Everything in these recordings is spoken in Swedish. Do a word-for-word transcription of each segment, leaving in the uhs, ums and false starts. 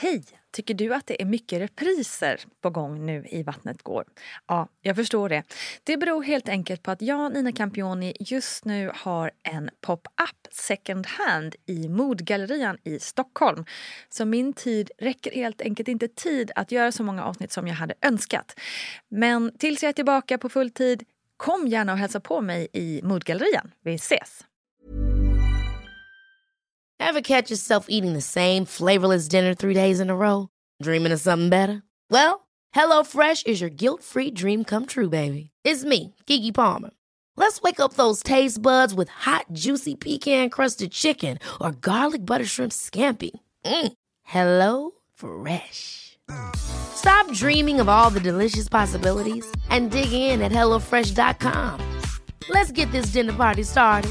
Hej! Tycker du att det är mycket repriser på gång nu i Vattnet går? Ja, jag förstår det. Det beror helt enkelt på att jag, Nina Campioni, just nu har en pop-up second hand i Modgallerian i Stockholm. Så min tid räcker helt enkelt inte tid att göra så många avsnitt som jag hade önskat. Men tills jag är tillbaka på full tid, kom gärna och hälsa på mig i Modgallerian. Vi ses! Ever catch yourself eating the same flavorless dinner three days in a row? Dreaming of something better? Well, HelloFresh is your guilt-free dream come true, baby. It's me, Keke Palmer. Let's wake up those taste buds with hot, juicy pecan-crusted chicken or garlic butter shrimp scampi. Mm. Hello Fresh. Stop dreaming of all the delicious possibilities and dig in at hello fresh dot com. Let's get this dinner party started.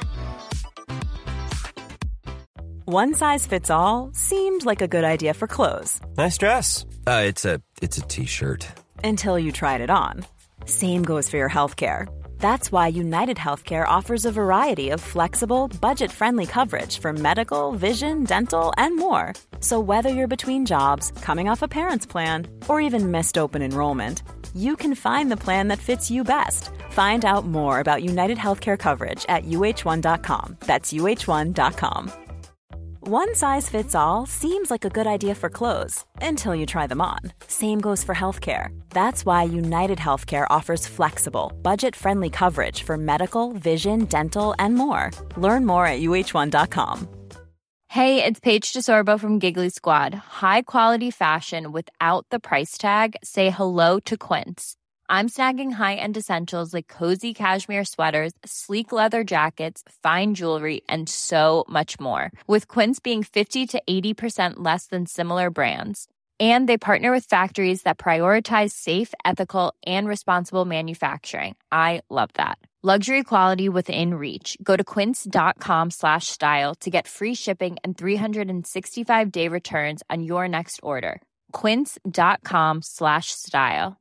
One size fits all seemed like a good idea for clothes. Nice dress. Uh, it's a it's a t-shirt. Until you tried it on. Same goes for your healthcare. That's why United Healthcare offers a variety of flexible, budget-friendly coverage for medical, vision, dental, and more. So whether you're between jobs, coming off a parent's plan, or even missed open enrollment, you can find the plan that fits you best. Find out more about United Healthcare coverage at U H one dot com. That's U H one dot com. One size fits all seems like a good idea for clothes until you try them on. Same goes for healthcare. That's why United Healthcare offers flexible, budget-friendly coverage for medical, vision, dental, and more. Learn more at U H one dot com. Hey, it's Paige DeSorbo from Giggly Squad. High quality fashion without the price tag. Say hello to Quince. I'm snagging high-end essentials like cozy cashmere sweaters, sleek leather jackets, fine jewelry, and so much more. With Quince being fifty to eighty percent less than similar brands. And they partner with factories that prioritize safe, ethical, and responsible manufacturing. I love that. Luxury quality within reach. Go to quince dot com slash style to get free shipping and three sixty-five day returns on your next order. quince dot com slash style.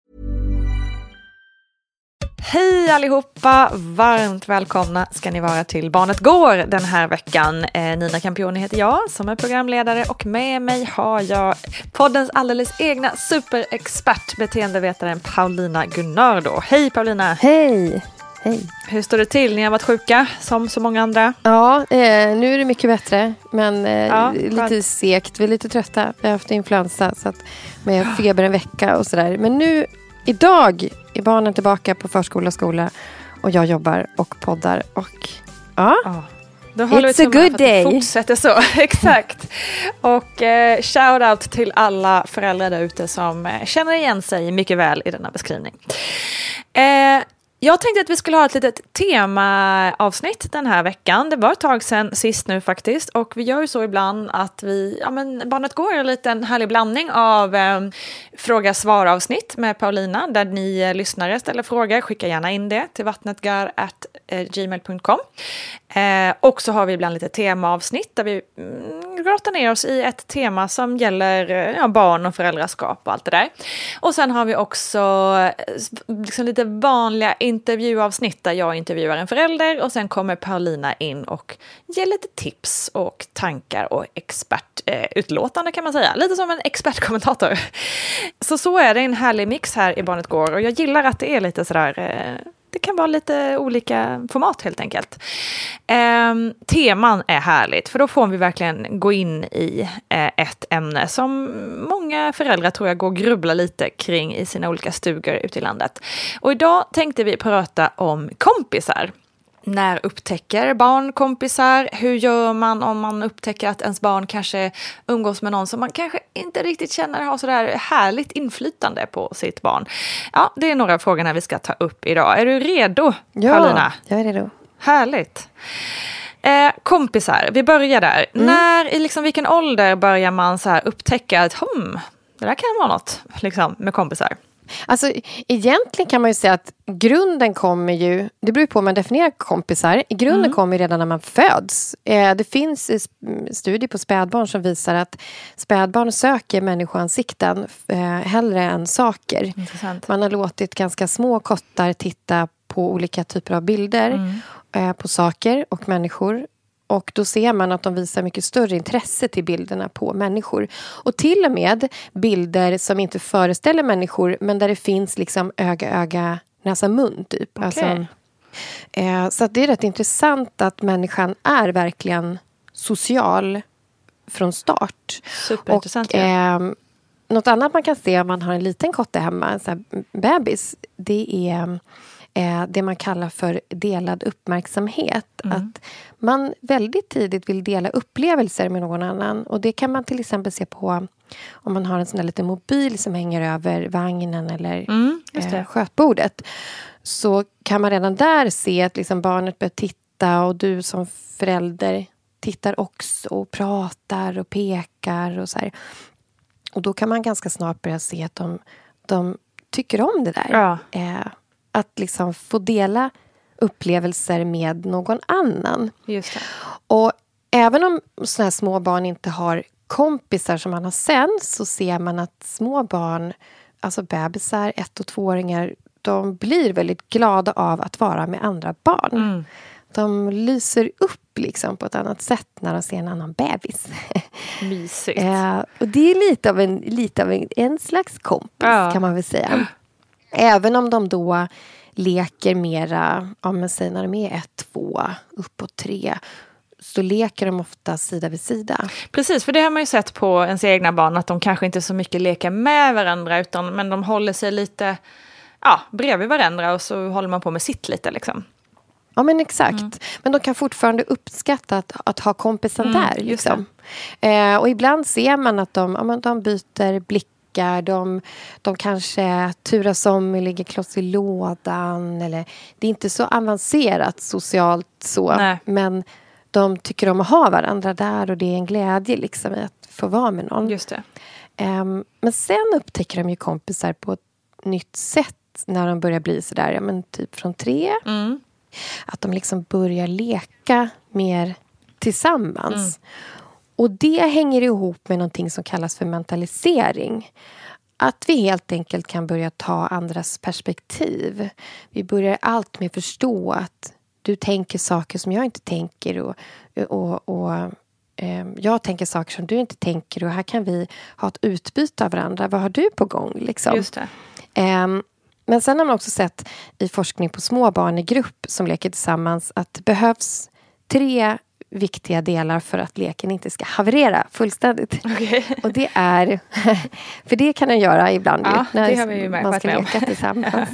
Hej allihopa, varmt välkomna ska ni vara till Barnet går den här veckan. Eh, Nina Campioni heter jag som är programledare och med mig har jag poddens alldeles egna superexpert, beteendevetaren Paulina Gunnardo. Hej Paulina! Hej! Hej! Hur står det till? Ni har varit sjuka som så många andra. Ja, eh, nu är det mycket bättre, men eh, ja, lite segt. Vi är lite trötta. Vi har haft influensa så att, med feber en vecka och sådär. Men nu, idag är barnen tillbaka på förskola och skola och jag jobbar och poddar och ja, ja. Då håller it's vi a good day. Fortsätter så, exakt. Och eh, shout out till alla föräldrar där ute som eh, känner igen sig mycket väl i denna beskrivning. Eh, Jag tänkte att vi skulle ha ett litet temaavsnitt den här veckan. Det var ett tag sedan sist nu faktiskt. Och vi gör ju så ibland att vi, ja men Barnet går en liten härlig blandning av eh, fråga-svar-avsnitt med Paulina. Där ni eh, lyssnare ställer frågor. Skicka gärna in det till vattnetgar at gmail dot com. Eh, och så har vi ibland lite temaavsnitt där vi mm, grottar ner oss i ett tema som gäller eh, ja, barn och föräldraskap och allt det där. Och sen har vi också eh, liksom lite vanliga intervjuavsnitt där jag intervjuar en förälder och sen kommer Paulina in och ger lite tips och tankar och expertutlåtande eh, kan man säga. Lite som en expertkommentator. Så så är det en härlig mix här i Barnet går och jag gillar att det är lite sådär... Eh, Det kan vara lite olika format helt enkelt. Eh, teman är härligt för då får vi verkligen gå in i eh, ett ämne som många föräldrar tror jag går och grubbla lite kring i sina olika stugor ute i landet. Och idag tänkte vi prata om kompisar. När upptäcker barn kompisar? Hur gör man om man upptäcker att ens barn kanske umgås med någon som man kanske inte riktigt känner har sådär härligt inflytande på sitt barn? Ja, det är några av frågorna vi ska ta upp idag. Är du redo, ja, Paulina? Jag är redo. Härligt. Eh, kompisar, vi börjar där. Mm. När, i liksom vilken ålder börjar man så här upptäcka att hmm, det där kan vara något liksom, med kompisar? Alltså egentligen kan man ju säga att grunden kommer ju, det beror på hur man definierar kompisar, i grunden mm. kommer ju redan när man föds. Eh, det finns studier på spädbarn som visar att spädbarn söker människoansikten eh, hellre än saker. Intressant. Man har låtit ganska små kottar titta på olika typer av bilder, mm. eh, på saker och människor. Och då ser man att de visar mycket större intresse till bilderna på människor. Och till och med bilder som inte föreställer människor, men där det finns liksom öga, öga, näsa, mun typ. Okay. Alltså, eh, så att det är rätt intressant att människan är verkligen social från start. Superintressant. Och, eh, något annat man kan se om man har en liten kotte hemma, en sån här bebis, det är eh, det man kallar för delad uppmärksamhet. Mm. Att man väldigt tidigt vill dela upplevelser med någon annan. Och det kan man till exempel se på om man har en sån där liten mobil som hänger över vagnen eller mm, just det. eh, skötbordet. Så kan man redan där se att liksom barnet börjar titta och du som förälder tittar också och pratar och pekar och så här. Och då kan man ganska snart börja se att de, de tycker om det där. Ja. Eh, att liksom få dela upplevelser med någon annan. Just det. Och även om såna här små barn inte har kompisar som man har sen, så ser man att små barn, alltså bebisar, ett- och tvååringar, de blir väldigt glada av att vara med andra barn. Mm. De lyser upp liksom på ett annat sätt när de ser en annan bebis. Mysigt. eh, och det är lite av en, lite av en, en slags kompis, Ja. kan man väl säga. Även om de då leker mera, ja men säg när de är ett, två, uppåt tre, så leker de ofta sida vid sida. Precis, för det har man ju sett på ens egna barn, att de kanske inte så mycket leker med varandra, utan, men de håller sig lite ja, bredvid varandra och så håller man på med sitt lite liksom. Ja, men exakt. Mm. Men de kan fortfarande uppskatta att, att ha kompisen Mm, där. just Liksom. Eh, och ibland ser man att de, ja, men de byter blickar. De, de kanske turas om och ligger kloss i lådan. Eller, det är inte så avancerat socialt så. Nej. Men de tycker om att ha varandra där. Och det är en glädje liksom, i att få vara med någon. Just det. Eh, men sen upptäcker de ju kompisar på ett nytt sätt. När de börjar bli sådär, ja, men typ från tre. Mm. Att de liksom börjar leka mer tillsammans. Mm. Och det hänger ihop med någonting som kallas för mentalisering. Att vi helt enkelt kan börja ta andras perspektiv. Vi börjar allt mer förstå att du tänker saker som jag inte tänker. Och, och, och eh, jag tänker saker som du inte tänker. Och här kan vi ha ett utbyte av varandra. Vad har du på gång? Liksom? Just det. Eh, Men sen har man också sett i forskning på små barn i grupp som leker tillsammans att det behövs tre viktiga delar för att leken inte ska haverera fullständigt. Okay. Och det är, för det kan den göra ibland Ja, ju, när det har vi ju med, man ska med leka tillsammans.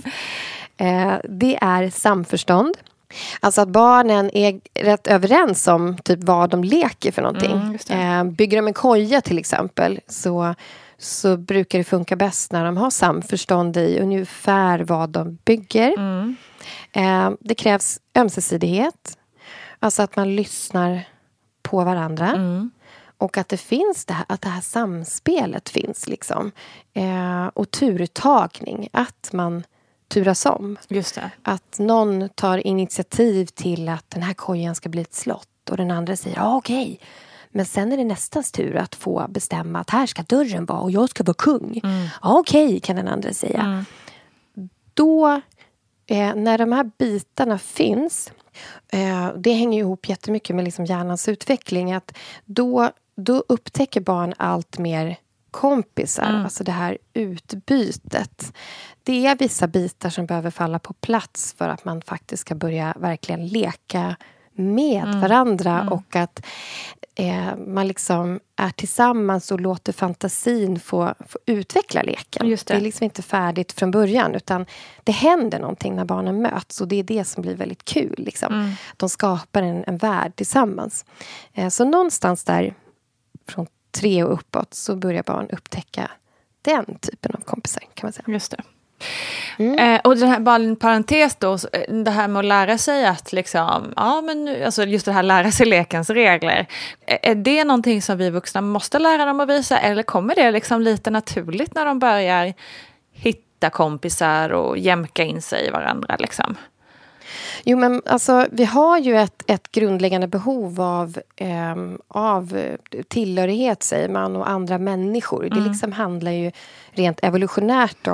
eh, det är samförstånd. Alltså att barnen är rätt överens om typ vad de leker för någonting. Mm, just det. eh, bygger de en koja till exempel så... så brukar det funka bäst när de har samförstånd i ungefär vad de bygger. Mm. Eh, det krävs ömsesidighet. Alltså att man lyssnar på varandra. Mm. Och att det finns det här, att det här samspelet finns liksom. Eh, och turtagning. Att man turas om. Just det. Att någon tar initiativ till att den här kojan ska bli ett slott. Och den andra säger, ja okej. Men sen är det nästans tur att få bestämma att här ska dörren vara och jag ska vara kung. Mm. Ja, okej, kan den andra säga. Mm. Då, eh, när de här bitarna finns, eh, det hänger ihop jättemycket med liksom hjärnans utveckling. Att då, då upptäcker barn allt mer kompisar. Mm. Alltså det här utbytet. Det är vissa bitar som behöver falla på plats för att man faktiskt ska börja verkligen leka med Mm. varandra. Mm. Och att eh, man liksom är tillsammans och låter fantasin få, få utveckla leken. Just det. Det är liksom inte färdigt från början, utan det händer någonting när barnen möts. Och det är det som blir väldigt kul. Liksom. Mm. De skapar en, en värld tillsammans. Eh, så någonstans där från tre och uppåt så börjar barn upptäcka den typen av kompisar, kan man säga. Just det. Mm. Eh, och den här, bara en parentes då, så, eh, det här med att lära sig att liksom, ja men nu, alltså just det här lära sig lekens regler. Eh, är det någonting som vi vuxna måste lära dem att visa, eller kommer det liksom lite naturligt när de börjar hitta kompisar och jämka in sig i varandra liksom? Jo, men alltså, vi har ju ett, ett grundläggande behov av, eh, av tillhörighet, säger man, och andra människor. Mm. Det liksom handlar ju rent evolutionärt om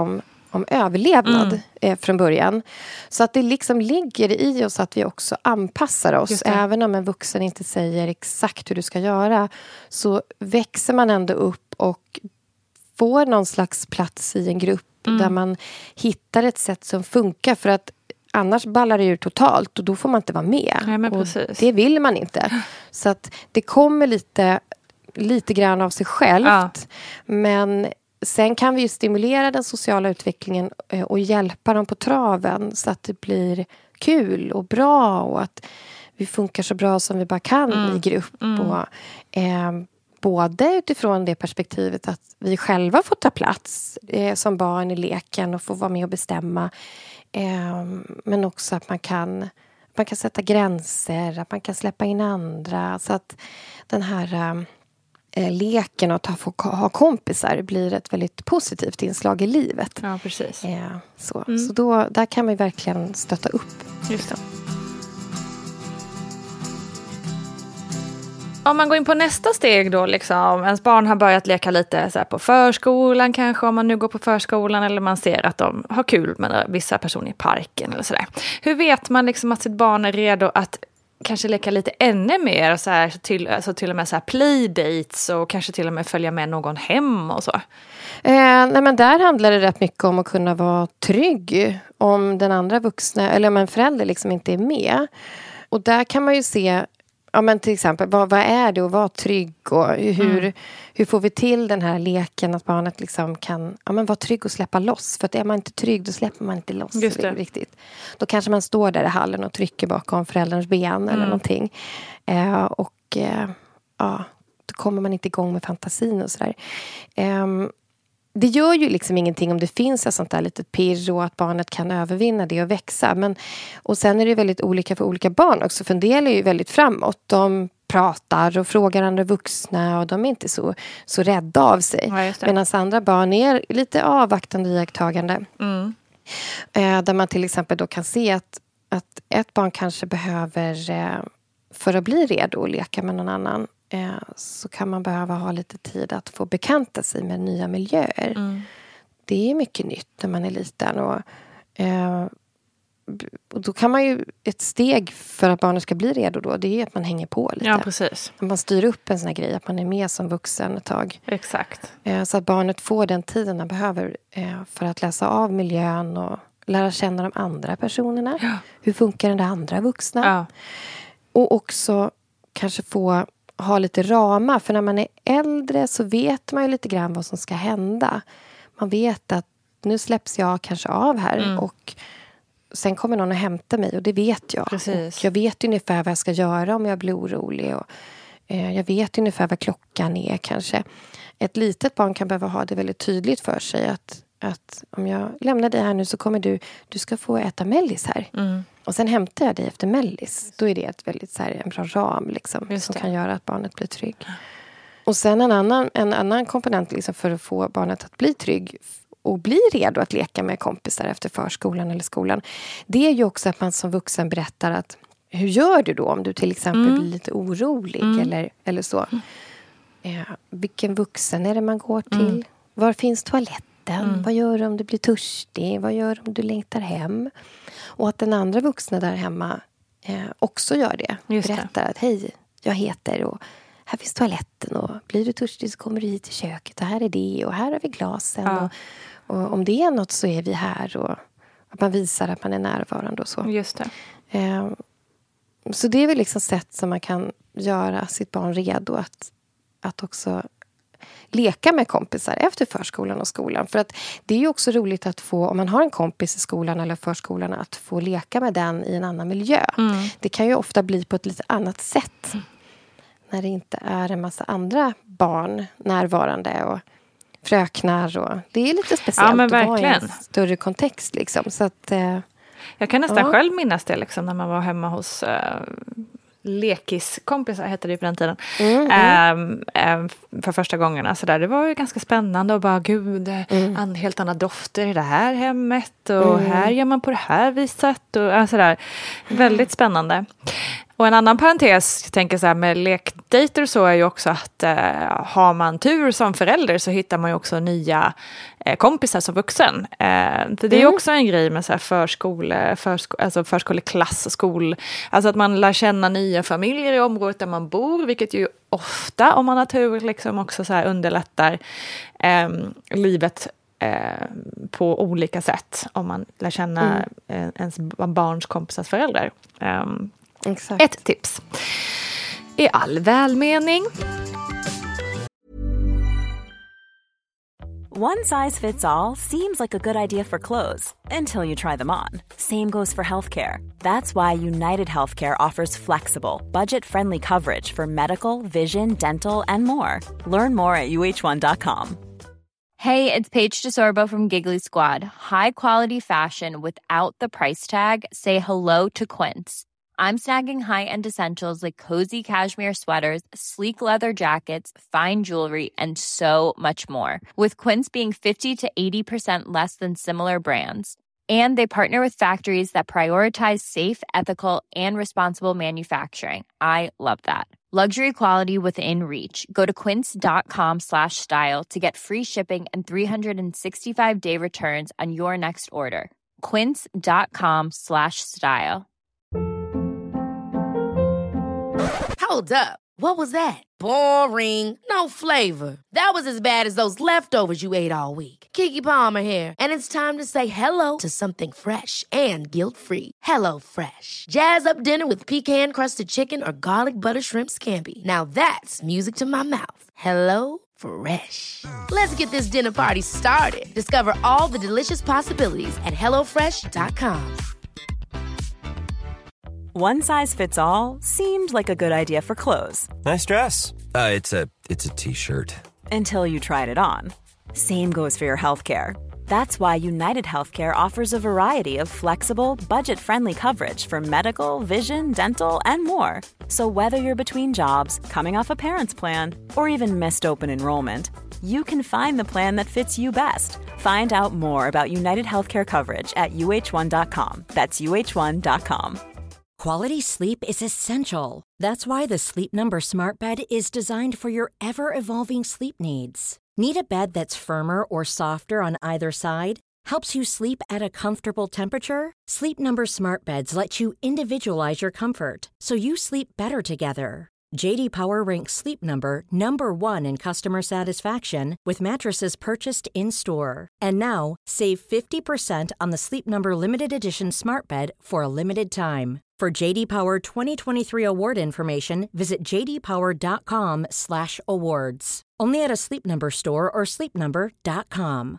om överlevnad Mm. eh, från början. Så att det liksom ligger i oss att vi också anpassar oss. Även om en vuxen inte säger exakt hur du ska göra, så växer man ändå upp och får någon slags plats i en grupp mm. där man hittar ett sätt som funkar. För att annars ballar det ur totalt och då får man inte vara med. Nej, men och precis. det vill man inte. Så att det kommer lite, lite grann av sig självt. Ja. Men sen kan vi ju stimulera den sociala utvecklingen och hjälpa dem på traven så att det blir kul och bra och att vi funkar så bra som vi bara kan mm. i grupp. Mm. Och, eh, både utifrån det perspektivet att vi själva får ta plats eh, som barn i leken och få vara med och bestämma. Eh, men också att man kan, man kan sätta gränser, att man kan släppa in andra. Så att den här eh, leken och att ha, få, ha kompisar blir ett väldigt positivt inslag i livet. Ja, precis. Eh, så mm. så då, där kan man verkligen stötta upp. Just det. Om man går in på nästa steg då, liksom, ens barn har börjat leka lite så här på förskolan kanske, om man nu går på förskolan, eller man ser att de har kul med vissa personer i parken eller sådär. Hur vet man liksom att sitt barn är redo att kanske leka lite ännu mer, så här, till, alltså till och med så här playdates och kanske till och med följa med någon hem och så? Eh, nej men där handlar det rätt mycket om att kunna vara trygg om den andra vuxna, eller om en förälder liksom inte är med. Och där kan man ju se, ja men till exempel, vad, vad är det att vara trygg och hur, mm. hur får vi till den här leken att barnet liksom kan ja, men vara trygg och släppa loss. För att är man inte trygg, då släpper man inte loss. Just det. Riktigt. Då kanske man står där i hallen och trycker bakom förälderns ben mm. eller någonting. Eh, och eh, ja, då kommer man inte igång med fantasin och sådär. Eh, Det gör ju liksom ingenting om det finns ett sånt där litet pirr och att barnet kan övervinna det och växa. Men, och sen är det väldigt olika för olika barn också. För en del är ju väldigt framåt. De pratar och frågar andra vuxna och de är inte så, så rädda av sig. Ja, medan andra barn är lite avvaktande och iakttagande. Mm. Eh, där man till exempel då kan se att, att ett barn kanske behöver, eh, för att bli redo att leka med någon annan, så kan man behöva ha lite tid att få bekanta sig med nya miljöer. Mm. Det är mycket nytt när man är liten. Och, eh, och då kan man ju, ett steg för att barnet ska bli redo då, det är att man hänger på lite. Ja, precis. Man styr upp en sån här grej, att man är med som vuxen ett tag. Exakt. Eh, så att barnet får den tiden man behöver eh, för att läsa av miljön och lära känna de andra personerna. Ja. Hur funkar den där andra vuxna? Ja. Och också kanske få ha lite ramar. För när man är äldre så vet man ju lite grann vad som ska hända. Man vet att nu släpps jag kanske av här. Mm. Och sen kommer någon att hämta mig. Och det vet jag. Precis. Och jag vet ungefär vad jag ska göra om jag blir orolig. Och, eh, jag vet ungefär vad klockan är kanske. Ett litet barn kan behöva ha det väldigt tydligt för sig. Att, att om jag lämnar dig här nu så kommer du, du ska få äta mellis här. Mm. Och sen hämtar jag dig efter mellis. Då är det ett väldigt så här, en bra ram liksom, som kan göra att barnet blir trygg. Och sen en annan, en annan komponent liksom, för att få barnet att bli trygg och bli redo att leka med kompisar efter förskolan eller skolan. Det är ju också att man som vuxen berättar att hur gör du då om du till exempel mm. blir lite orolig mm. eller, eller så. Mm. Eh, vilken vuxen är det man går till? Mm. Var finns toaletten? Mm. Vad gör du om du blir törstig? Vad gör du om du längtar hem? Och att den andra vuxna där hemma eh, också gör det. Just berättar det. Att hej, jag heter och här finns toaletten och blir du törstig så kommer du hit till köket och här är det och här har vi glasen. Ja. Och, och om det är något så är vi här och att man visar att man är närvarande och så. Just det. Eh, så det är väl liksom sätt som man kan göra sitt barn redo att, att också leka med kompisar efter förskolan och skolan. För att det är ju också roligt att få, om man har en kompis i skolan eller förskolan, att få leka med den i en annan miljö. Mm. Det kan ju ofta bli på ett lite annat sätt. Mm. När det inte är en massa andra barn närvarande och fröknar. Och, det är lite speciellt ja, att vara i en större kontext. Liksom. Så att, eh, jag kan nästan ja. själv minnas det liksom, när man var hemma hos eh, lekiskompisar, hette det på den tiden. Mm, mm. Ähm, för första gången. Alltså där, det var ju ganska spännande och bara, gud, mm. an, helt andra dofter i det här hemmet och mm. här gör man på det här viset. Och, alltså där, väldigt spännande. Och en annan parentes, jag tänker så här med lekdejter så är ju också att eh, har man tur som förälder så hittar man ju också nya eh, kompisar som vuxen. Eh, för det är ju också en grej med så här förskole, försko, alltså förskoleklass och skol. Alltså att man lär känna nya familjer i området där man bor, vilket ju ofta om man har tur liksom också så här underlättar eh, livet eh, på olika sätt om man lär känna mm. eh, ens barns kompisars föräldrar. Eh, Exakt. Ett tips. I all välmening. One size fits all seems like a good idea for clothes until you try them on. Same goes for healthcare. That's why United Healthcare offers flexible, budget-friendly coverage for medical, vision, dental, and more. Learn more at U H one dot com. Hey, it's Paige DeSorbo from Giggly Squad. High quality fashion without the price tag. Say hello to Quince. I'm snagging high-end essentials like cozy cashmere sweaters, sleek leather jackets, fine jewelry, and so much more. With Quince being fifty to eighty percent less than similar brands. And they partner with factories that prioritize safe, ethical, and responsible manufacturing. I love that. Luxury quality within reach. Go to quince.com slash style to get free shipping and three sixty-five day returns on your next order. Quince.com slash style. Hold up. What was that? Boring. No flavor. That was as bad as those leftovers you ate all week. Keke Palmer here, and it's time to say hello to something fresh and guilt-free. Hello Fresh. Jazz up dinner with pecan-crusted chicken or garlic butter shrimp scampi. Now that's music to my mouth. Hello Fresh. Let's get this dinner party started. Discover all the delicious possibilities at hello fresh dot com. One size fits all seemed like a good idea for clothes. Nice dress. Uh, it's a it's a t-shirt. Until you tried it on. Same goes for your healthcare. That's why United Healthcare offers a variety of flexible, budget-friendly coverage for medical, vision, dental, and more. So whether you're between jobs, coming off a parent's plan, or even missed open enrollment, you can find the plan that fits you best. Find out more about United Healthcare coverage at U H one dot com. That's U H one dot com. Quality sleep is essential. That's why the Sleep Number Smart Bed is designed for your ever-evolving sleep needs. Need a bed that's firmer or softer on either side? Helps you sleep at a comfortable temperature? Sleep Number Smart Beds let you individualize your comfort, so you sleep better together. J D Power ranks Sleep Number number one in customer satisfaction with mattresses purchased in-store. And now, save fifty percent on the Sleep Number Limited Edition Smart Bed for a limited time. For J D Power twenty twenty-three award information, visit j d power dot com slash awards. Only at a Sleep Number store or sleep number dot com.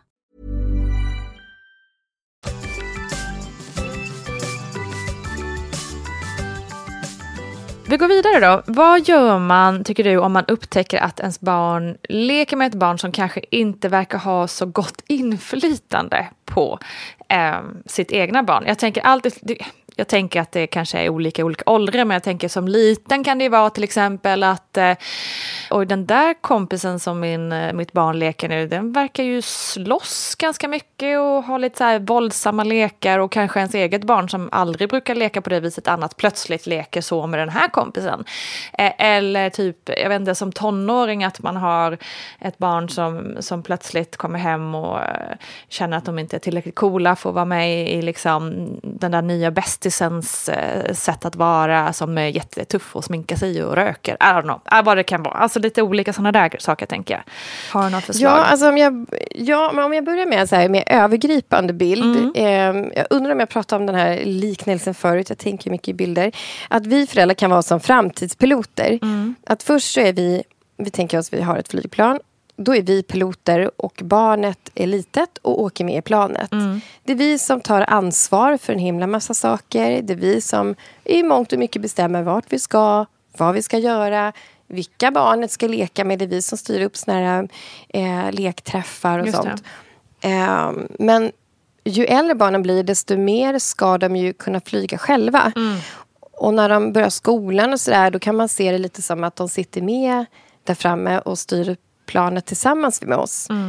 Vi går vidare då. Vad gör man, tycker du, om man upptäcker att ens barn leker med ett barn som kanske inte verkar ha så gott inflytande på eh, sitt egna barn? Jag tänker alltid... Jag tänker att det kanske är olika olika åldrar, men jag tänker som liten kan det ju vara till exempel att eh, och den där kompisen som min, mitt barn leker nu, den verkar ju slåss ganska mycket och ha lite så här våldsamma lekar, och kanske ens eget barn som aldrig brukar leka på det viset annat plötsligt leker så med den här kompisen. Eh, eller typ, jag vet inte, som tonåring att man har ett barn som, som plötsligt kommer hem och eh, känner att de inte är tillräckligt coola för att vara med i liksom den där nya bästa Sens eh, sätt att vara, som är jättetuff och sminka sig och röker. I don't know. Äh, vad det kan vara. Alltså lite olika sådana där saker, tänker jag. Har du något förslag? Ja, alltså om jag, ja, men om jag börjar med så här, med övergripande bild. Mm. Eh, jag undrar om jag pratade om den här liknelsen förut. Jag tänker mycket i bilder. Att vi föräldrar kan vara som framtidspiloter. Mm. Att först så är vi, vi tänker oss att vi har ett flygplan. Då är vi piloter och barnet är litet och åker med i planet. Mm. Det är vi som tar ansvar för en himla massa saker. Det är vi som i mångt och mycket bestämmer vart vi ska, vad vi ska göra, vilka barnet ska leka med. Det är vi som styr upp såna här eh, lekträffar och Just sånt. Eh, men ju äldre barnen blir, desto mer ska de ju kunna flyga själva. Mm. Och när de börjar skolan och sådär, då kan man se det lite som att de sitter med där framme och styr upp planet tillsammans med oss. Mm.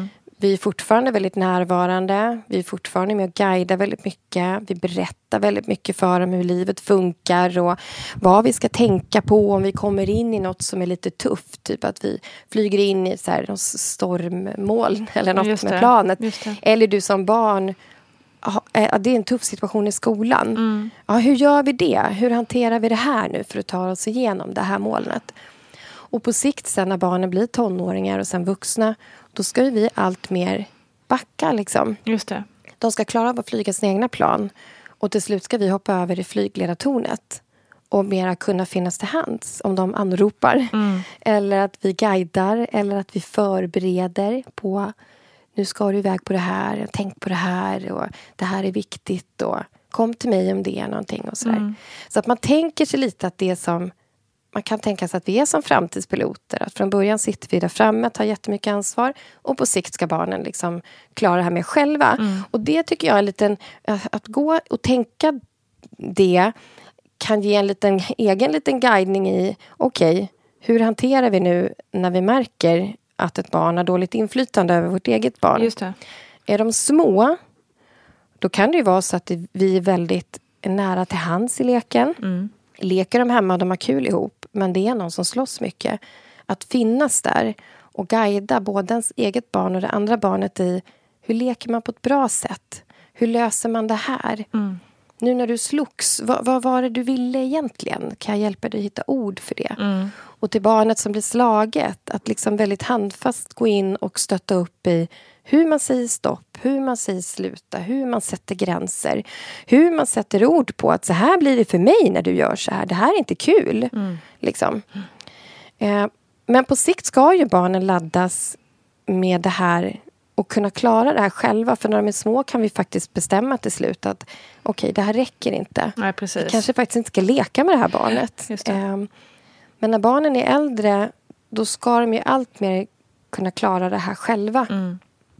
Vi är fortfarande väldigt närvarande. Vi är fortfarande med och guidar väldigt mycket. Vi berättar väldigt mycket för dem hur livet funkar och vad vi ska tänka på om vi kommer in i något som är lite tufft. Typ att vi flyger in i så här, någon stormmoln eller något med planet. Eller du som barn, ja, det är en tuff situation i skolan. Mm. Ja, hur gör vi det? Hur hanterar vi det här nu för att ta oss igenom det här molnet? Och på sikt sen när barnen blir tonåringar och sen vuxna, då ska ju vi allt mer backa liksom. Just det. De ska klara av att flyga sina egna plan. Och till slut ska vi hoppa över i flygledartornet. Och mera kunna finnas till hands om de anropar. Mm. Eller att vi guidar. Eller att vi förbereder på. Nu ska du iväg på det här. Tänk på det här. Och det här är viktigt. Och kom till mig om det är någonting. Och sådär. Mm. Så att man tänker sig lite att det är som... Man kan tänka sig att vi är som framtidspiloter. Att från början sitter vi där framme, tar jättemycket ansvar. Och på sikt ska barnen liksom klara det här med själva. Mm. Och det tycker jag är en liten... Att gå och tänka det kan ge en liten, egen liten guidning i... Okej, okay, hur hanterar vi nu när vi märker att ett barn har dåligt inflytande över vårt eget barn? Just det. Är de små, då kan det ju vara så att vi är väldigt nära till hands i leken. Mm. Leker de hemma, de har kul ihop. Men det är någon som slåss mycket. Att finnas där och guida både ens eget barn och det andra barnet i hur leker man på ett bra sätt? Hur löser man det här? Mm. Nu när du slogs, vad, vad var det du ville egentligen? Kan jag hjälpa dig att hitta ord för det? Mm. Och till barnet som blir slaget, att liksom väldigt handfast gå in och stötta upp i hur man säger stopp, hur man säger sluta, hur man sätter gränser. Hur man sätter ord på att så här blir det för mig när du gör så här. Det här är inte kul. Mm. Liksom. Eh, men på sikt ska ju barnen laddas med det här och kunna klara det här själva. För när de är små kan vi faktiskt bestämma till slut att okej, okay, det här räcker inte. Nej, precis. Vi kanske faktiskt inte ska leka med det här barnet. Just det. Eh, men när barnen är äldre, då ska de ju allt mer kunna klara det här själva. Mm.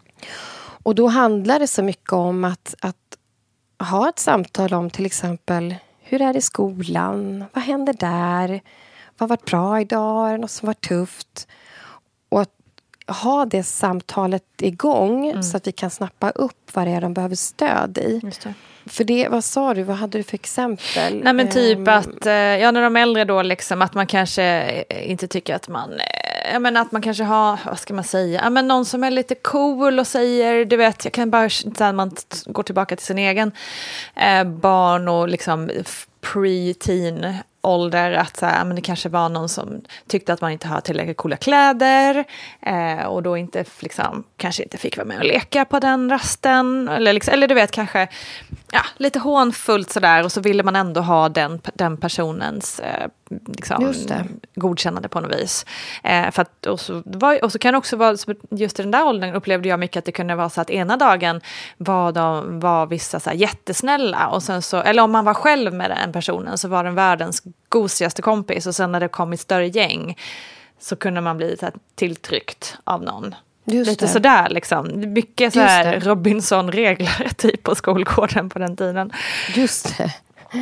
Och då handlar det så mycket om att, att ha ett samtal om till exempel hur är det i skolan? Vad händer där? Vad var bra idag? Är det något som var tufft? Och att ha det samtalet igång mm. så att vi kan snappa upp vad det är de behöver stöd i. Just det. För det, vad sa du? Vad hade du för exempel? Nej men typ um, att, ja när de är äldre då liksom att man kanske inte tycker att man, jag menar att man kanske har, vad ska man säga, ja men någon som är lite cool och säger, du vet, jag kan bara, så man går tillbaka till sin egen eh, barn och liksom pre-teen ålder att så här, men det kanske var någon som tyckte att man inte har tillräckligt coola kläder eh, och då inte liksom, kanske inte fick vara med och leka på den rasten eller, liksom, eller du vet kanske ja, lite hånfullt sådär och så ville man ändå ha den, den personens eh, liksom, godkännande på något vis. Eh, för att, och, så var, och så kan det också vara, just i den där åldern upplevde jag mycket att det kunde vara så att ena dagen var, de, var vissa så här jättesnälla och sen så, eller om man var själv med den personen så var den världens gosigaste kompis och sen när det kom ett större gäng så kunde man bli så här tilltryckt av någon. Just lite det. Sådär liksom. Mycket så här Robinson-regler typ på skolgården på den tiden. Just det.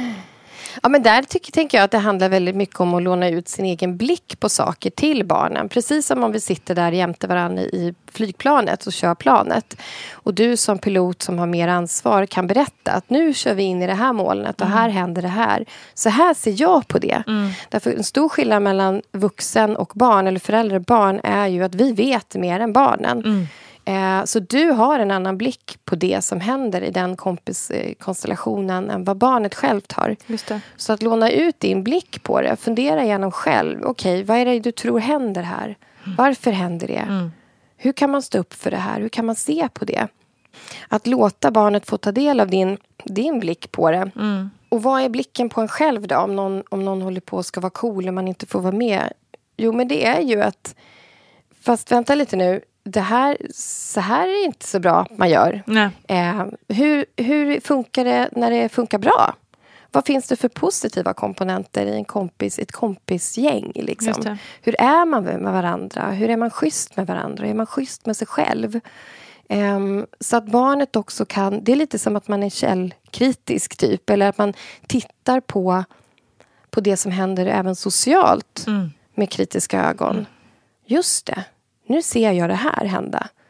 Ja, men där tycker, tänker jag att det handlar väldigt mycket om att låna ut sin egen blick på saker till barnen. Precis som om vi sitter där jämte varandra i flygplanet och kör planet. Och du som pilot som har mer ansvar kan berätta att nu kör vi in i det här molnet och mm. här händer det här. Så här ser jag på det. Mm. Därför en stor skillnad mellan vuxen och barn eller förälder och barn är ju att vi vet mer än barnen. Mm. Så du har en annan blick på det som händer i den kompiskonstellationen än vad barnet självt har. Just det. Så att låna ut din blick på det. Fundera igenom själv. Okej, vad är det du tror händer här? Mm. Varför händer det? Mm. Hur kan man stå upp för det här? Hur kan man se på det? Att låta barnet få ta del av din, din blick på det. Mm. Och vad är blicken på en själv då? Om någon, om någon håller på att ska vara cool och man inte får vara med. Jo, men det är ju att... Fast vänta lite nu. Det här, så här är inte så bra man gör. Eh, hur, hur funkar det när det funkar bra? Vad finns det för positiva komponenter i en kompis, ett kompisgäng? Liksom? Hur är man med varandra? Hur är man schysst med varandra? Hur är man schysst med sig själv? Eh, så att barnet också kan... Det är lite som att man är källkritisk typ. Eller att man tittar på, på det som händer även socialt mm. med kritiska ögon. Mm. Just det. Nu ser jag det här hända.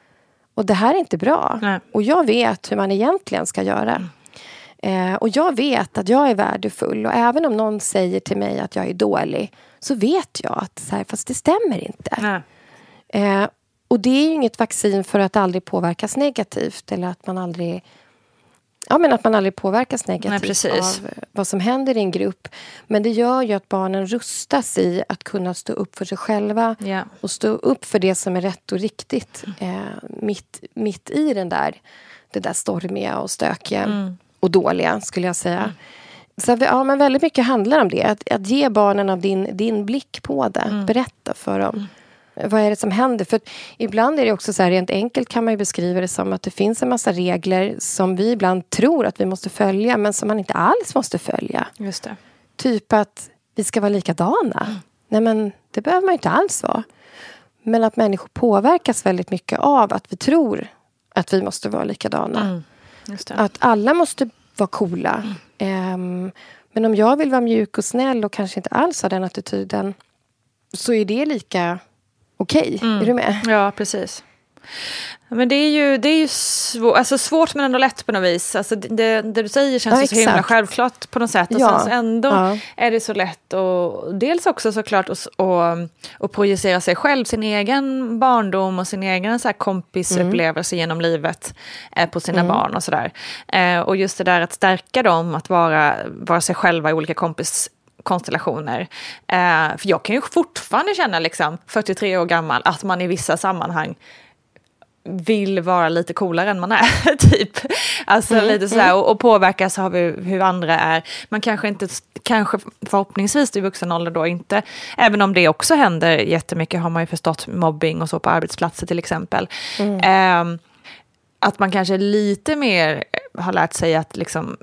Och det här är inte bra. Nej. Och jag vet hur man egentligen ska göra. Mm. Eh, och jag vet att jag är värdefull. Och även om någon säger till mig att jag är dålig, så vet jag att så här, fast det stämmer inte. Nej. Eh, och det är ju inget vaccin för att aldrig påverkas negativt. Eller att man aldrig... Ja, men att man aldrig påverkas negativt. Nej, av vad som händer i en grupp. Men det gör ju att barnen rustas i att kunna stå upp för sig själva. Yeah. Och stå upp för det som är rätt och riktigt. Eh, mitt, mitt i den där, det där stormiga och stökiga. Mm. Och dåliga, skulle jag säga. Mm. Så ja, men väldigt mycket handlar om det. Att, att ge barnen av din, din blick på det. Mm. Berätta för dem. Mm. Vad är det som händer? För ibland är det också så här, rent enkelt kan man ju beskriva det som att det finns en massa regler som vi ibland tror att vi måste följa, men som man inte alls måste följa. Just det. Typ att vi ska vara likadana. Mm. Nej, men det behöver man ju inte alls vara. Men att människor påverkas väldigt mycket av att vi tror att vi måste vara likadana. Mm. Just det. Att alla måste vara coola. Mm. Um, men om jag vill vara mjuk och snäll och kanske inte alls ha den attityden, så är det lika... Okej, okay. mm. Är du med? Ja, precis. Men det är ju, det är ju svår, alltså svårt men ändå lätt på något vis. Alltså det, det du säger känns ja, så himla självklart på något sätt. Och ja. sen så ändå ja. är det så lätt och dels också såklart att och, och projicera sig själv, sin egen barndom och sin egen så här kompisupplevelse mm. genom livet eh, på sina mm. barn och sådär. Eh, och just det där att stärka dem, att vara, vara sig själva i olika kompis konstellationer. Eh, för jag kan ju fortfarande känna liksom fyrtiotre år gammal att man i vissa sammanhang vill vara lite coolare än man är, typ. Alltså mm, lite sådär, mm. och, och påverkas av hur, hur andra är. Man kanske inte, kanske förhoppningsvis i vuxen ålder då inte, även om det också händer jättemycket, har man ju förstått, mobbing och så på arbetsplatser till exempel. Mm. Eh, att man kanske lite mer har lärt sig att liksom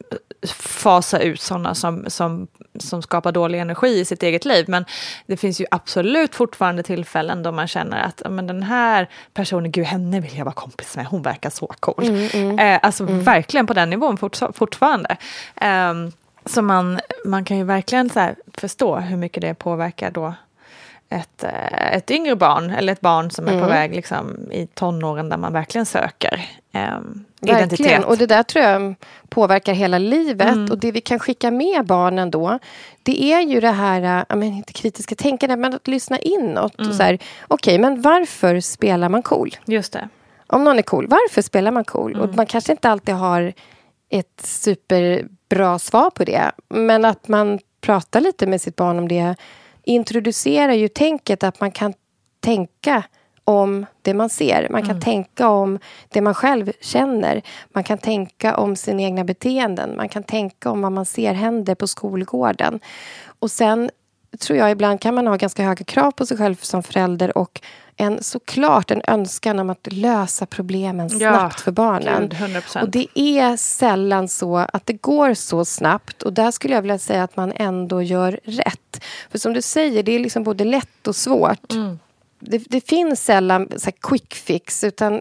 fasa ut sådana som, som, som skapar dålig energi i sitt eget liv. Men det finns ju absolut fortfarande tillfällen då man känner att men den här personen, gud, henne vill jag vara kompis med. Hon verkar så cool. Mm, mm, eh, alltså mm. verkligen på den nivån fort, fortfarande. Eh, så man, man kan ju verkligen så här förstå hur mycket det påverkar då ett, ett yngre barn, eller ett barn som är mm. på väg liksom, i tonåren där man verkligen söker eh, identitet. Verkligen, och det där tror jag påverkar hela livet. Mm. Och det vi kan skicka med barnen då, det är ju det här, jag menar, inte kritiska tänkande, men att lyssna inåt. Mm. Och så här, okej, okay, men varför spelar man cool? Just det. Om någon är cool, varför spelar man cool? Mm. Och man kanske inte alltid har ett superbra svar på det. Men att man pratar lite med sitt barn om det introducerar ju tänket att man kan tänka om det man ser. Man kan mm. tänka om det man själv känner. Man kan tänka om sina egna beteenden. Man kan tänka om vad man ser händer på skolgården. Och sen tror jag ibland kan man ha ganska höga krav på sig själv som förälder och en, såklart en önskan om att lösa problemen snabbt ja, för barnen. Gud, hundra procent. Och det är sällan så att det går så snabbt. Och där skulle jag vilja säga att man ändå gör rätt. För som du säger, det är liksom både lätt och svårt. Mm. Det, det finns sällan så här quick fix, utan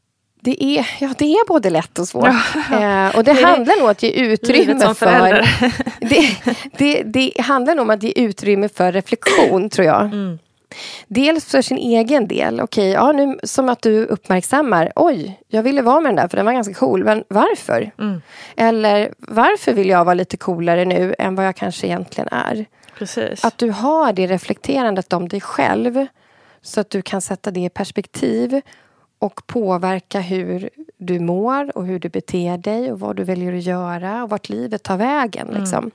det är, ja, det är både lätt och svårt. eh, och det, det handlar nog om att ge utrymme för... det, det, det handlar nog om att ge utrymme för reflektion, tror jag. Mm. Dels för sin egen del. Okej, ja, nu som att du uppmärksammar. Oj, jag ville vara med den där för den var ganska cool. Men varför? Mm. Eller varför vill jag vara lite coolare nu än vad jag kanske egentligen är? Precis. Att du har det reflekterandet om dig själv. Så att du kan sätta det i perspektiv och påverka hur du mår och hur du beter dig och vad du väljer att göra och vart livet tar vägen. Liksom. Mm.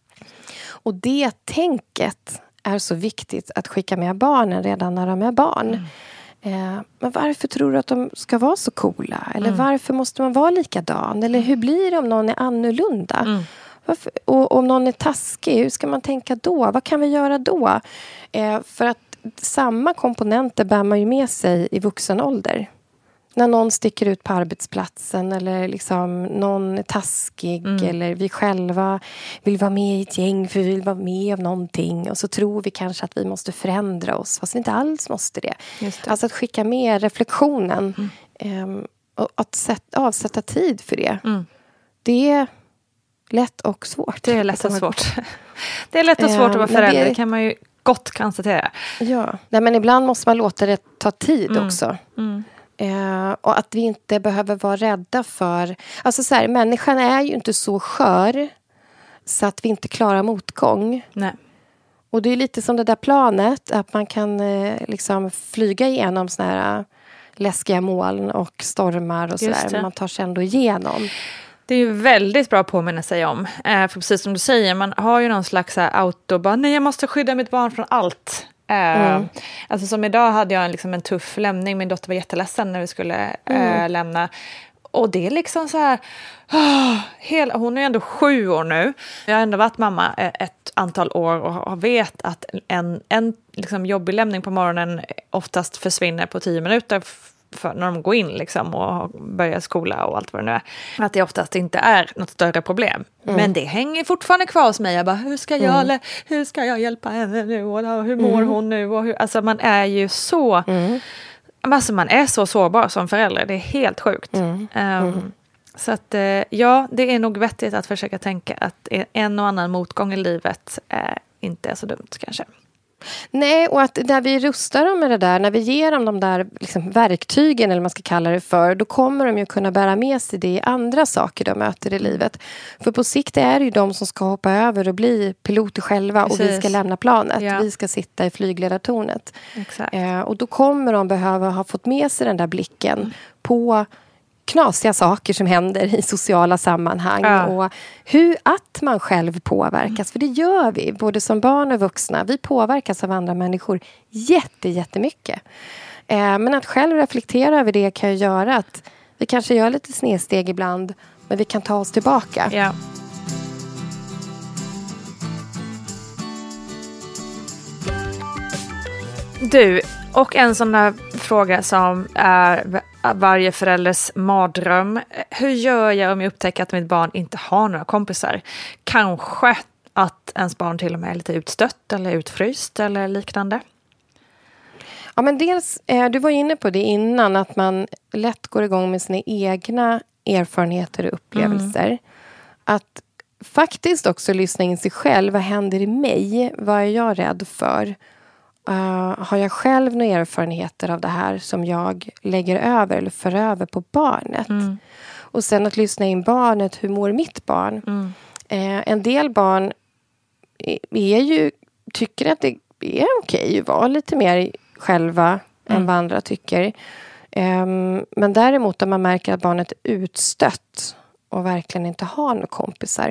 Och det tänket är så viktigt att skicka med barnen redan när de är barn. Mm. Eh, men varför tror du att de ska vara så coola? Eller mm. varför måste man vara likadan? Eller hur blir det om någon är annorlunda? Mm. Varför, och om någon är taskig, hur ska man tänka då? Vad kan vi göra då? Eh, för att samma komponenter bär man ju med sig i vuxen ålder. När någon sticker ut på arbetsplatsen eller liksom någon är taskig mm. eller vi själva vill vara med i ett gäng för vi vill vara med av någonting och så tror vi kanske att vi måste förändra oss fast vi inte alls måste det. Just det. Alltså att skicka med reflektionen mm. um, och att sätta, avsätta tid för det. Mm. Det är lätt och svårt. Det är lätt och svårt. Det är lätt och svårt um, att vara förälder, det kan man ju gott konstatera. Ja, nej, men ibland måste man låta det ta tid mm. också. Mm. Eh, och att vi inte behöver vara rädda för... Alltså så här, människan är ju inte så skör så att vi inte klarar motgång. Nej. Och det är lite som det där planet, att man kan eh, liksom flyga igenom såna här läskiga moln och stormar och sådär. Men man tar sig ändå igenom. Det är ju väldigt bra att påminna sig om. Eh, för precis som du säger, man har ju någon slags så här autobahn. Nej, jag måste skydda mitt barn från allt. Eh, mm. Alltså som idag hade jag liksom en tuff lämning. Min dotter var jätteledsen när vi skulle eh, mm. lämna. Och det är liksom så här... Oh, hela, hon är ändå sju år nu. Jag har ändå varit mamma ett antal år och vet att en, en liksom jobbig lämning på morgonen oftast försvinner på tio minuter för när de går in liksom och börjar skola och allt vad det nu är. Att det oftast inte är något större problem. Mm. Men det hänger fortfarande kvar hos mig. Jag bara, hur ska jag, mm. hur ska jag hjälpa henne nu? Och hur mår mm. hon nu? Och hur, alltså man är ju så... Mm. Alltså man är så sårbar som förälder. Det är helt sjukt. Mm. Um, mm. Så att ja, det är nog vettigt att försöka tänka att en och annan motgång i livet är inte är så dumt kanske. Nej, och att när vi rustar dem med det där, när vi ger dem de där liksom verktygen eller vad man ska kalla det för, då kommer de ju kunna bära med sig det i andra saker de möter i livet. För på sikt är det ju de som ska hoppa över och bli piloter själva. Precis. Och vi ska lämna planet. Ja. Vi ska sitta i flygledartornet. Exakt. Eh, och då kommer de behöva ha fått med sig den där blicken mm. på knasiga saker som händer i sociala sammanhang ja. Och hur att man själv påverkas, mm. för det gör vi, både som barn och vuxna. Vi påverkas av andra människor jätte, jättemycket. Eh, men att själv reflektera över det kan ju göra att vi kanske gör lite snedsteg ibland, men vi kan ta oss tillbaka. Ja. Du, och en sån där fråga som är varje förälders mardröm. Hur gör jag om jag upptäcker att mitt barn inte har några kompisar? Kanske att ens barn till och med är lite utstött eller utfryst eller liknande. Ja, men dels, eh, du var inne på det innan, att man lätt går igång med sina egna erfarenheter och upplevelser. Mm. Att faktiskt också lyssna in sig själv. Vad händer i mig? Vad är jag rädd för? Uh, har jag själv några erfarenheter av det här som jag lägger över eller för över på barnet? Mm. Och sen att lyssna in barnet. Hur mår mitt barn? Mm. Uh, en del barn är ju, tycker att det är okej att vara lite mer själva mm. än vad andra tycker. Um, men däremot om man märker att barnet är utstött och verkligen inte har några kompisar,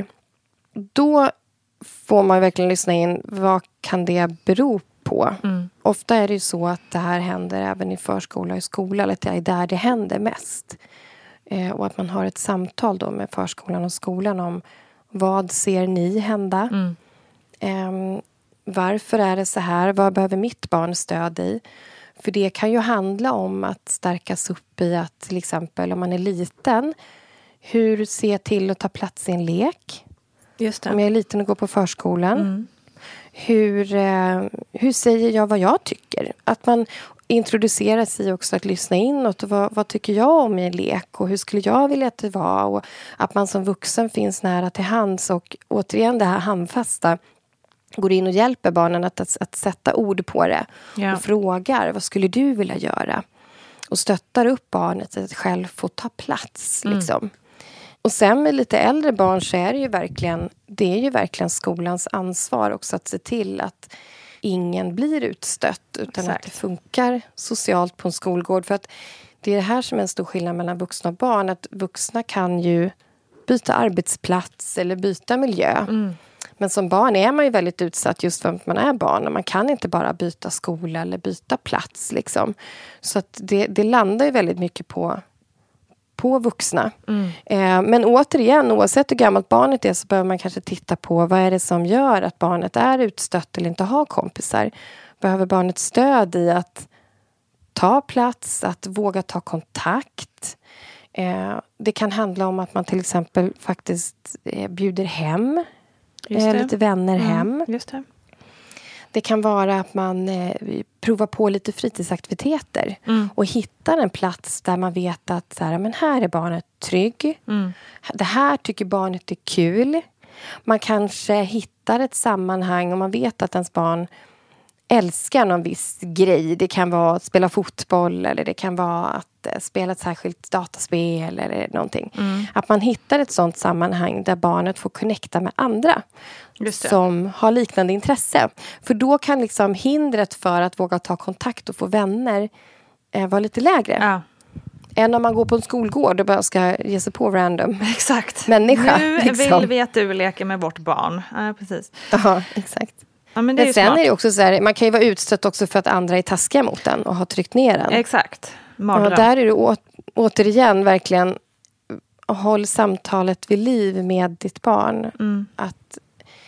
då får man verkligen lyssna in. Vad kan det bero på? På. Mm. Ofta är det ju så att det här händer även i förskola och i skola, eller att det är där det händer mest. Eh, och att man har ett samtal då med förskolan och skolan om vad ser ni hända? Mm. Eh, varför är det så här? Vad behöver mitt barn stöd i? För det kan ju handla om att stärkas upp i att till exempel om man är liten, hur ser jag till att ta plats i en lek? Just det. Om jag är liten och går på förskolan. Mm. Hur, eh, hur säger jag vad jag tycker? Att man introducerar sig också att lyssna inåt. Och vad, vad tycker jag om i en lek? Och hur skulle jag vilja att det var? Och att man som vuxen finns nära till hands. Och återigen det här handfasta. Går in och hjälper barnen att, att, att sätta ord på det. Ja. Och frågar, vad skulle du vilja göra? Och stöttar upp barnet att själv få ta plats. Mm. Liksom. Och sen med lite äldre barn så är det ju verkligen, det är ju verkligen skolans ansvar också att se till att ingen blir utstött. Utan Exakt. Att det funkar socialt på en skolgård. För att det är det här som är en stor skillnad mellan vuxna och barn. Att vuxna kan ju byta arbetsplats eller byta miljö. Mm. Men som barn är man ju väldigt utsatt just för att man är barn. Och man kan inte bara byta skola eller byta plats. Liksom. Så att det, det landar ju väldigt mycket på... på vuxna. Mm. Eh, men återigen, oavsett hur gammalt barnet är så behöver man kanske titta på vad är det som gör att barnet är utstött eller inte har kompisar. Behöver barnet stöd i att ta plats, att våga ta kontakt. Eh, det kan handla om att man till exempel faktiskt eh, bjuder hem eh, lite vänner mm. hem. Just det. Det kan vara att man eh, provar på lite fritidsaktiviteter. Mm. Och hittar en plats där man vet att så här, men här är barnet trygg. Mm. Det här tycker barnet är kul. Man kanske hittar ett sammanhang och man vet att ens barn älskar någon viss grej. Det kan vara att spela fotboll eller det kan vara att eh, spela ett särskilt dataspel eller någonting. Mm. Att man hittar ett sånt sammanhang där barnet får connecta med andra som har liknande intresse. För då kan liksom hindret för att våga ta kontakt och få vänner eh, vara lite lägre. Ja. Än om man går på en skolgård och bara ska ge sig på random exakt. människa. Nu liksom. vill vi att du leker med vårt barn. Ja, precis. Ja, exakt. Ja, men det är men sen smart. är det också så här, man kan ju vara utstött också för att andra är taskiga mot den och har tryckt ner den. Exakt. Och där är det å- återigen verkligen håll samtalet vid liv med ditt barn. Mm. Att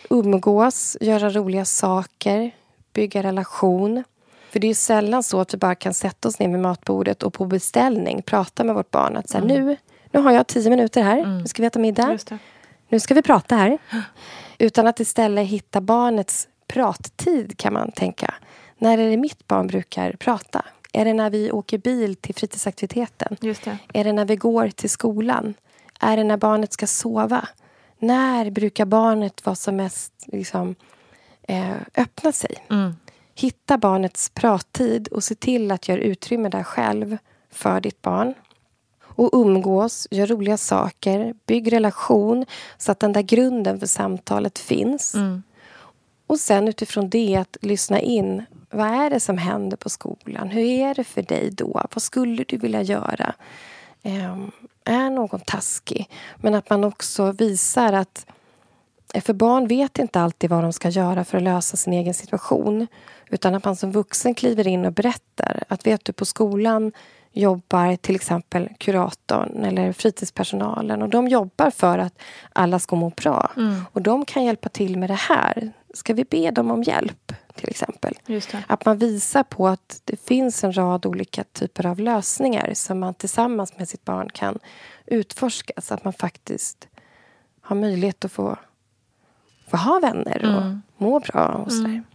umgås, göra roliga saker, bygga relation. För det är ju sällan så att vi bara kan sätta oss ner vid matbordet och på beställning prata med vårt barn. Att så här, mm. nu, nu har jag tio minuter här, mm. nu ska vi äta middag. Nu ska vi prata här. Utan att istället hitta barnets prattid kan man tänka. När är det mitt barn brukar prata? Är det när vi åker bil till fritidsaktiviteten? Just det. Är det när vi går till skolan? Är det när barnet ska sova? När brukar barnet vara som mest liksom, eh, öppna sig? Mm. Hitta barnets prattid och se till att göra utrymme där själv för ditt barn. Och umgås, gör roliga saker, bygg relation så att den där grunden för samtalet finns. Mm. Och sen utifrån det att lyssna in, vad är det som händer på skolan? Hur är det för dig då? Vad skulle du vilja göra? Um, är någon taskig? Men att man också visar att, för barn vet inte alltid vad de ska göra för att lösa sin egen situation. Utan att man som vuxen kliver in och berättar att vet du på skolan jobbar till exempel kuratorn eller fritidspersonalen. Och de jobbar för att alla ska må bra. Mm. Och de kan hjälpa till med det här. Ska vi be dem om hjälp till exempel? Just det. Att man visar på att det finns en rad olika typer av lösningar som man tillsammans med sitt barn kan utforska. Så att man faktiskt har möjlighet att få, få ha vänner och mm. må bra och sådär. Mm.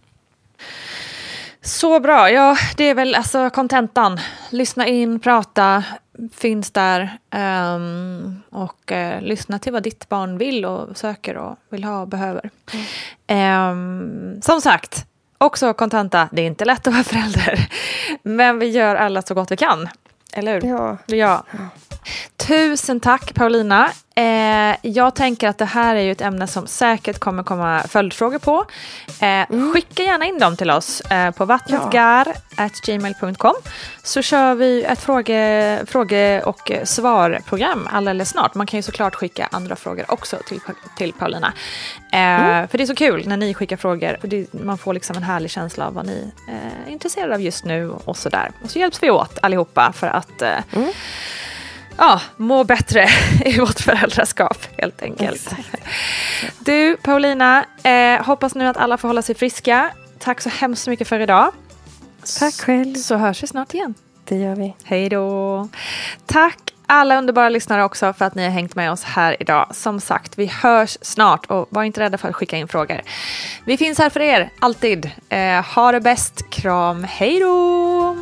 Så bra. Ja, det är väl alltså kontentan. Lyssna in, prata, finns där. Um, och uh, lyssna till vad ditt barn vill och söker och vill ha och behöver. Mm. Um, som sagt, också kontenta. Det är inte lätt att vara förälder. Men vi gör alla så gott vi kan. Eller hur? Ja. Ja. Tusen tack Paulina. Eh, jag tänker att det här är ju ett ämne som säkert kommer komma följdfrågor på. Eh, mm. Skicka gärna in dem till oss eh, på vattnetgar at gmail dot com så kör vi ett fråge, fråge- och svarprogram alldeles snart. Man kan ju såklart skicka andra frågor också till, till Paulina. Eh, mm. För det är så kul när ni skickar frågor. För det, man får liksom en härlig känsla av vad ni eh, är intresserade av just nu och sådär. Och så hjälps vi åt allihopa för att eh, mm. Ja, må bättre i vårt föräldraskap helt enkelt. Exakt. Du Paulina, eh, hoppas nu att alla får hålla sig friska. Tack så hemskt mycket för idag. Tack själv. Så hörs vi snart igen. Det gör vi. Hej då. Tack alla underbara lyssnare också för att ni har hängt med oss här idag. Som sagt, vi hörs snart och var inte rädda för att skicka in frågor. Vi finns här för er, alltid. Eh, ha det bäst, kram, hej då!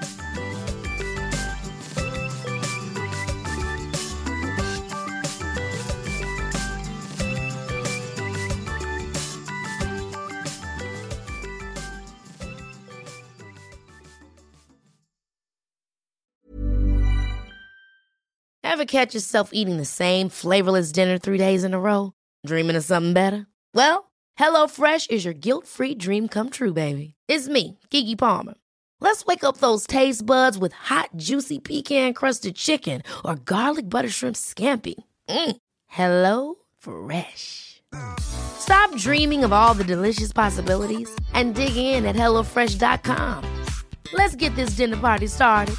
Ever catch yourself eating the same flavorless dinner three days in a row? Dreaming of something better? Well, HelloFresh is your guilt-free dream come true, baby. It's me, Keke Palmer. Let's wake up those taste buds with hot, juicy pecan-crusted chicken or garlic butter shrimp scampi. Mm. Hello Fresh. Stop dreaming of all the delicious possibilities and dig in at hello fresh dot com. Let's get this dinner party started.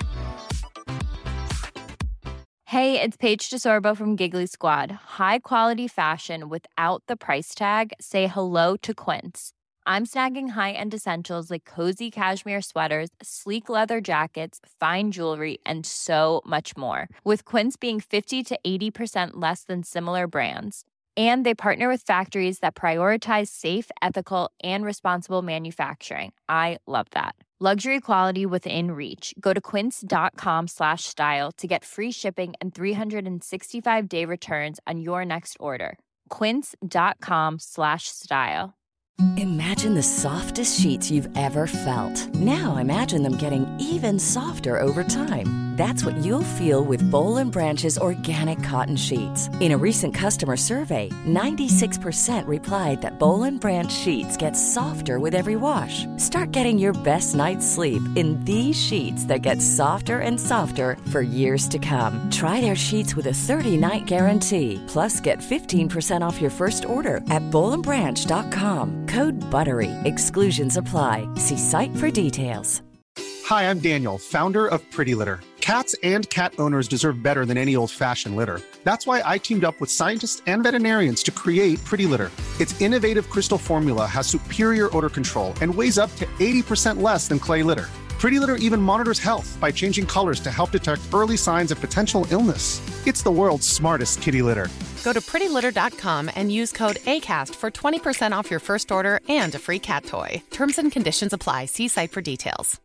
Hey, it's Paige DeSorbo from Giggly Squad. High quality fashion without the price tag. Say hello to Quince. I'm snagging high-end essentials like cozy cashmere sweaters, sleek leather jackets, fine jewelry, and so much more. With Quince being fifty to eighty percent less than similar brands. And they partner with factories that prioritize safe, ethical, and responsible manufacturing. I love that. Luxury quality within reach. Go to quince.com slash style to get free shipping and three sixty-five day returns on your next order. Quince.com slash style. Imagine the softest sheets you've ever felt. Now imagine them getting even softer over time. That's what you'll feel with Boll and Branch's organic cotton sheets. In a recent customer survey, ninety-six percent replied that Boll and Branch sheets get softer with every wash. Start getting your best night's sleep in these sheets that get softer and softer for years to come. Try their sheets with a thirty-night guarantee. Plus, get fifteen percent off your first order at boll and branch dot com. Code BUTTERY. Exclusions apply. See site for details. Hi, I'm Daniel, founder of Pretty Litter. Cats and cat owners deserve better than any old-fashioned litter. That's why I teamed up with scientists and veterinarians to create Pretty Litter. Its innovative crystal formula has superior odor control and weighs up to eighty percent less than clay litter. Pretty Litter even monitors health by changing colors to help detect early signs of potential illness. It's the world's smartest kitty litter. Go to pretty litter dot com and use code ACAST for twenty percent off your first order and a free cat toy. Terms and conditions apply. See site for details.